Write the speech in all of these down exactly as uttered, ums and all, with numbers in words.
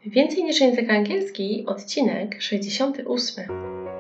Więcej niż język angielski, odcinek sześćdziesiąty ósmy.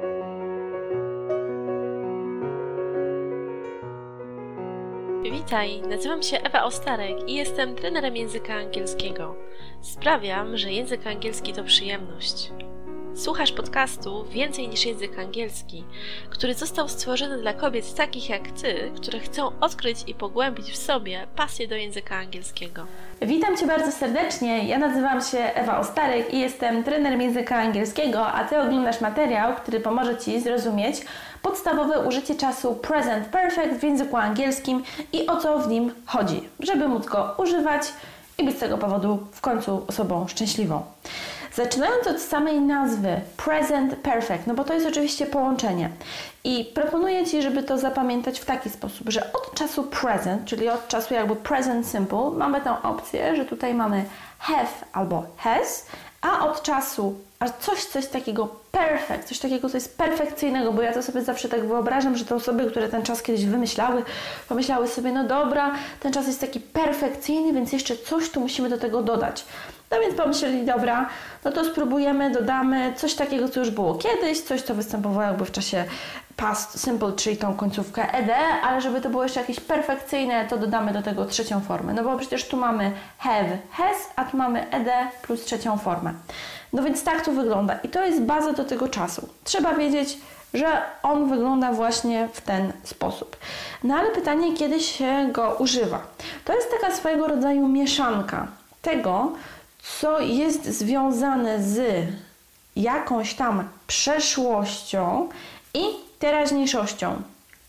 Witaj, nazywam się Ewa Ostarek i jestem trenerem języka angielskiego. Sprawiam, że język angielski to przyjemność. Słuchasz podcastu Więcej niż język angielski, który został stworzony dla kobiet takich jak Ty, które chcą odkryć i pogłębić w sobie pasję do języka angielskiego. Witam Cię bardzo serdecznie, ja nazywam się Ewa Ostarek i jestem trenerem języka angielskiego, a Ty oglądasz materiał, który pomoże Ci zrozumieć podstawowe użycie czasu present perfect w języku angielskim i o co w nim chodzi, żeby móc go używać i być z tego powodu w końcu osobą szczęśliwą. Zaczynając od samej nazwy present perfect, no bo to jest oczywiście połączenie i proponuję Ci, żeby to zapamiętać w taki sposób, że od czasu present, czyli od czasu jakby present simple, mamy tę opcję, że tutaj mamy have albo has, a od czasu, a coś, coś takiego perfect, coś takiego, co jest perfekcyjnego, bo ja to sobie zawsze tak wyobrażam, że te osoby, które ten czas kiedyś wymyślały, pomyślały sobie, no dobra, ten czas jest taki perfekcyjny, więc jeszcze coś tu musimy do tego dodać. No więc pomyśleli, dobra, no to spróbujemy, dodamy coś takiego, co już było kiedyś, coś, co występowało jakby w czasie past simple, czyli tą końcówkę ed, ale żeby to było jeszcze jakieś perfekcyjne, to dodamy do tego trzecią formę. No bo przecież tu mamy have, has, a tu mamy ed plus trzecią formę. No więc tak to wygląda i to jest baza do tego czasu. Trzeba wiedzieć, że on wygląda właśnie w ten sposób. No ale pytanie, kiedy się go używa? To jest taka swojego rodzaju mieszanka tego, co jest związane z jakąś tam przeszłością i teraźniejszością.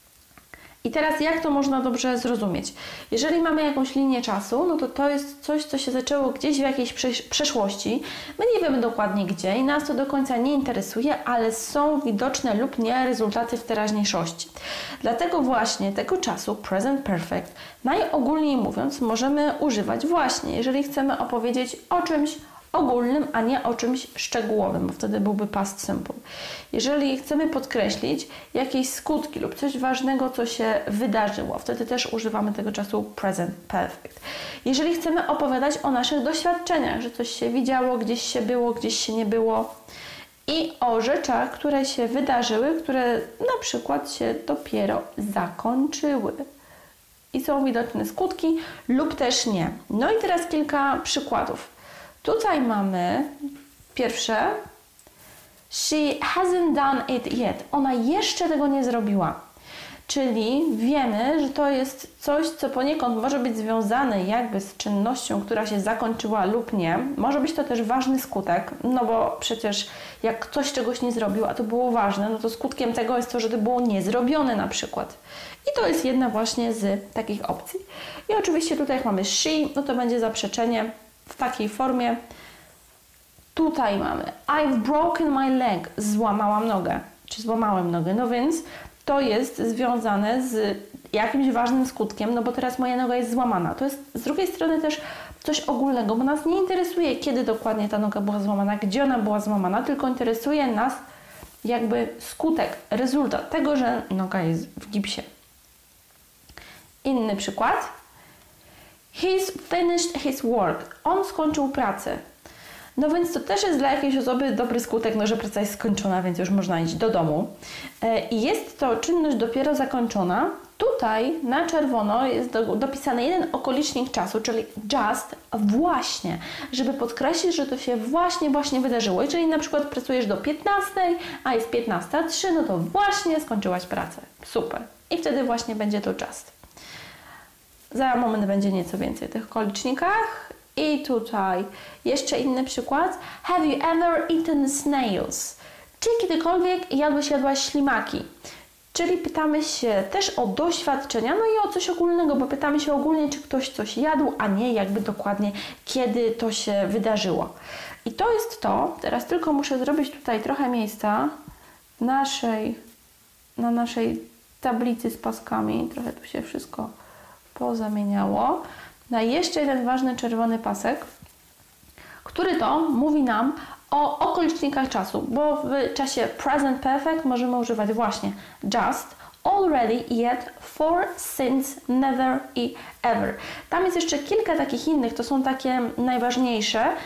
I teraz jak to można dobrze zrozumieć? Jeżeli mamy jakąś linię czasu, no to to jest coś, co się zaczęło gdzieś w jakiejś przeszłości. My nie wiemy dokładnie gdzie i nas to do końca nie interesuje, ale są widoczne lub nie rezultaty w teraźniejszości. Dlatego właśnie tego czasu present perfect, najogólniej mówiąc, możemy używać właśnie, jeżeli chcemy opowiedzieć o czymś ogólnym, a nie o czymś szczegółowym, bo wtedy byłby past simple. Jeżeli chcemy podkreślić jakieś skutki lub coś ważnego, co się wydarzyło, wtedy też używamy tego czasu present perfect. Jeżeli chcemy opowiadać o naszych doświadczeniach, że coś się widziało, gdzieś się było, gdzieś się nie było i o rzeczach, które się wydarzyły, które na przykład się dopiero zakończyły. I są widoczne skutki lub też nie. No i teraz kilka przykładów. Tutaj mamy pierwsze, she hasn't done it yet. Ona jeszcze tego nie zrobiła. Czyli wiemy, że to jest coś, co poniekąd może być związane jakby z czynnością, która się zakończyła lub nie. Może być to też ważny skutek, no bo przecież jak ktoś czegoś nie zrobił, a to było ważne, no to skutkiem tego jest to, że to było niezrobione na przykład. I to jest jedna właśnie z takich opcji. I oczywiście tutaj jak mamy she, no to będzie zaprzeczenie w takiej formie. Tutaj mamy I've broken my leg, złamałam nogę, czy złamałem nogę, no więc to jest związane z jakimś ważnym skutkiem, no bo teraz moja noga jest złamana. To jest z drugiej strony też coś ogólnego, bo nas nie interesuje, kiedy dokładnie ta noga była złamana, gdzie ona była złamana, tylko interesuje nas jakby skutek, rezultat tego, że noga jest w gipsie. Inny przykład. He's finished his work. On skończył pracę. No więc to też jest dla jakiejś osoby dobry skutek, no że praca jest skończona, więc już można iść do domu. I jest to czynność dopiero zakończona. Tutaj na czerwono jest do, dopisany jeden okolicznik czasu, czyli just, właśnie, żeby podkreślić, że to się właśnie, właśnie wydarzyło. Jeżeli na przykład pracujesz do piętnastej, a jest piętnasta trzy, no to właśnie skończyłaś pracę. Super. I wtedy właśnie będzie to just. Za moment będzie nieco więcej o tych okolicznikach. I tutaj jeszcze inny przykład. Have you ever eaten snails? Czy kiedykolwiek jadłeś, jadłaś ślimaki? Czyli pytamy się też o doświadczenia, no i o coś ogólnego, bo pytamy się ogólnie, czy ktoś coś jadł, a nie jakby dokładnie, kiedy to się wydarzyło. I to jest to. Teraz tylko muszę zrobić tutaj trochę miejsca naszej, na naszej tablicy z paskami. Trochę tu się wszystko pozamieniało. Na jeszcze jeden ważny czerwony pasek, który to mówi nam o okolicznikach czasu, bo w czasie present perfect możemy używać właśnie just, already, yet, for, since, never i ever. Tam jest jeszcze kilka takich innych, to są takie najważniejsze,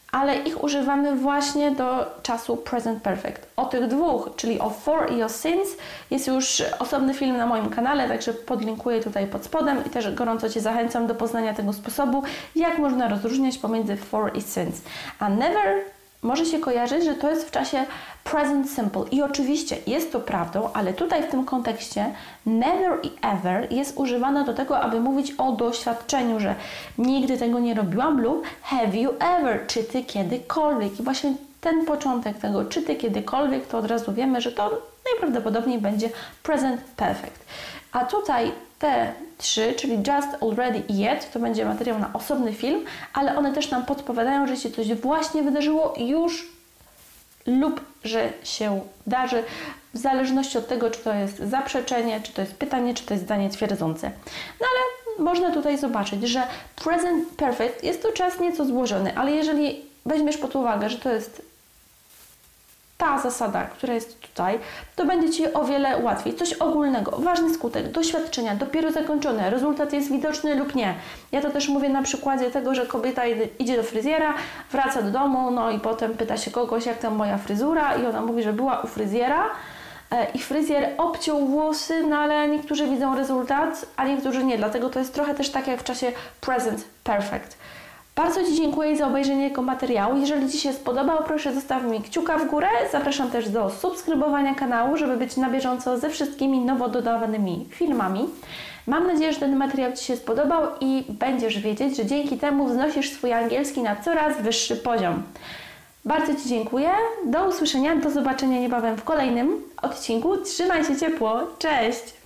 ale ich używamy właśnie do czasu present perfect. O tych dwóch, czyli o for i o since, jest już osobny film na moim kanale, także podlinkuję tutaj pod spodem i też gorąco Cię zachęcam do poznania tego sposobu, jak można rozróżniać pomiędzy for i since. A never może się kojarzyć, że to jest w czasie present simple i oczywiście jest to prawdą, ale tutaj w tym kontekście never i ever jest używane do tego, aby mówić o doświadczeniu, że nigdy tego nie robiłam lub have you ever, czy Ty kiedykolwiek. I właśnie ten początek tego, czy Ty kiedykolwiek, to od razu wiemy, że to najprawdopodobniej będzie present perfect. A tutaj te trzy, czyli just, already i yet, to będzie materiał na osobny film, ale one też nam podpowiadają, że się coś właśnie wydarzyło już lub że się darzy, w zależności od tego, czy to jest zaprzeczenie, czy to jest pytanie, czy to jest zdanie twierdzące. No ale można tutaj zobaczyć, że present perfect jest to czas nieco złożony, ale jeżeli weźmiesz pod uwagę, że to jest ta zasada, która jest tutaj, to będzie Ci o wiele łatwiej. Coś ogólnego, ważny skutek, doświadczenia, dopiero zakończone, rezultat jest widoczny lub nie. Ja to też mówię na przykładzie tego, że kobieta idzie do fryzjera, wraca do domu, no i potem pyta się kogoś, jak tam moja fryzura i ona mówi, że była u fryzjera i fryzjer obciął włosy, no ale niektórzy widzą rezultat, a niektórzy nie, dlatego to jest trochę też tak jak w czasie present perfect. Bardzo Ci dziękuję za obejrzenie tego materiału. Jeżeli Ci się spodobał, proszę zostaw mi kciuka w górę. Zapraszam też do subskrybowania kanału, żeby być na bieżąco ze wszystkimi nowo dodawanymi filmami. Mam nadzieję, że ten materiał Ci się spodobał i będziesz wiedzieć, że dzięki temu wznosisz swój angielski na coraz wyższy poziom. Bardzo Ci dziękuję. Do usłyszenia, do zobaczenia niebawem w kolejnym odcinku. Trzymaj się ciepło. Cześć!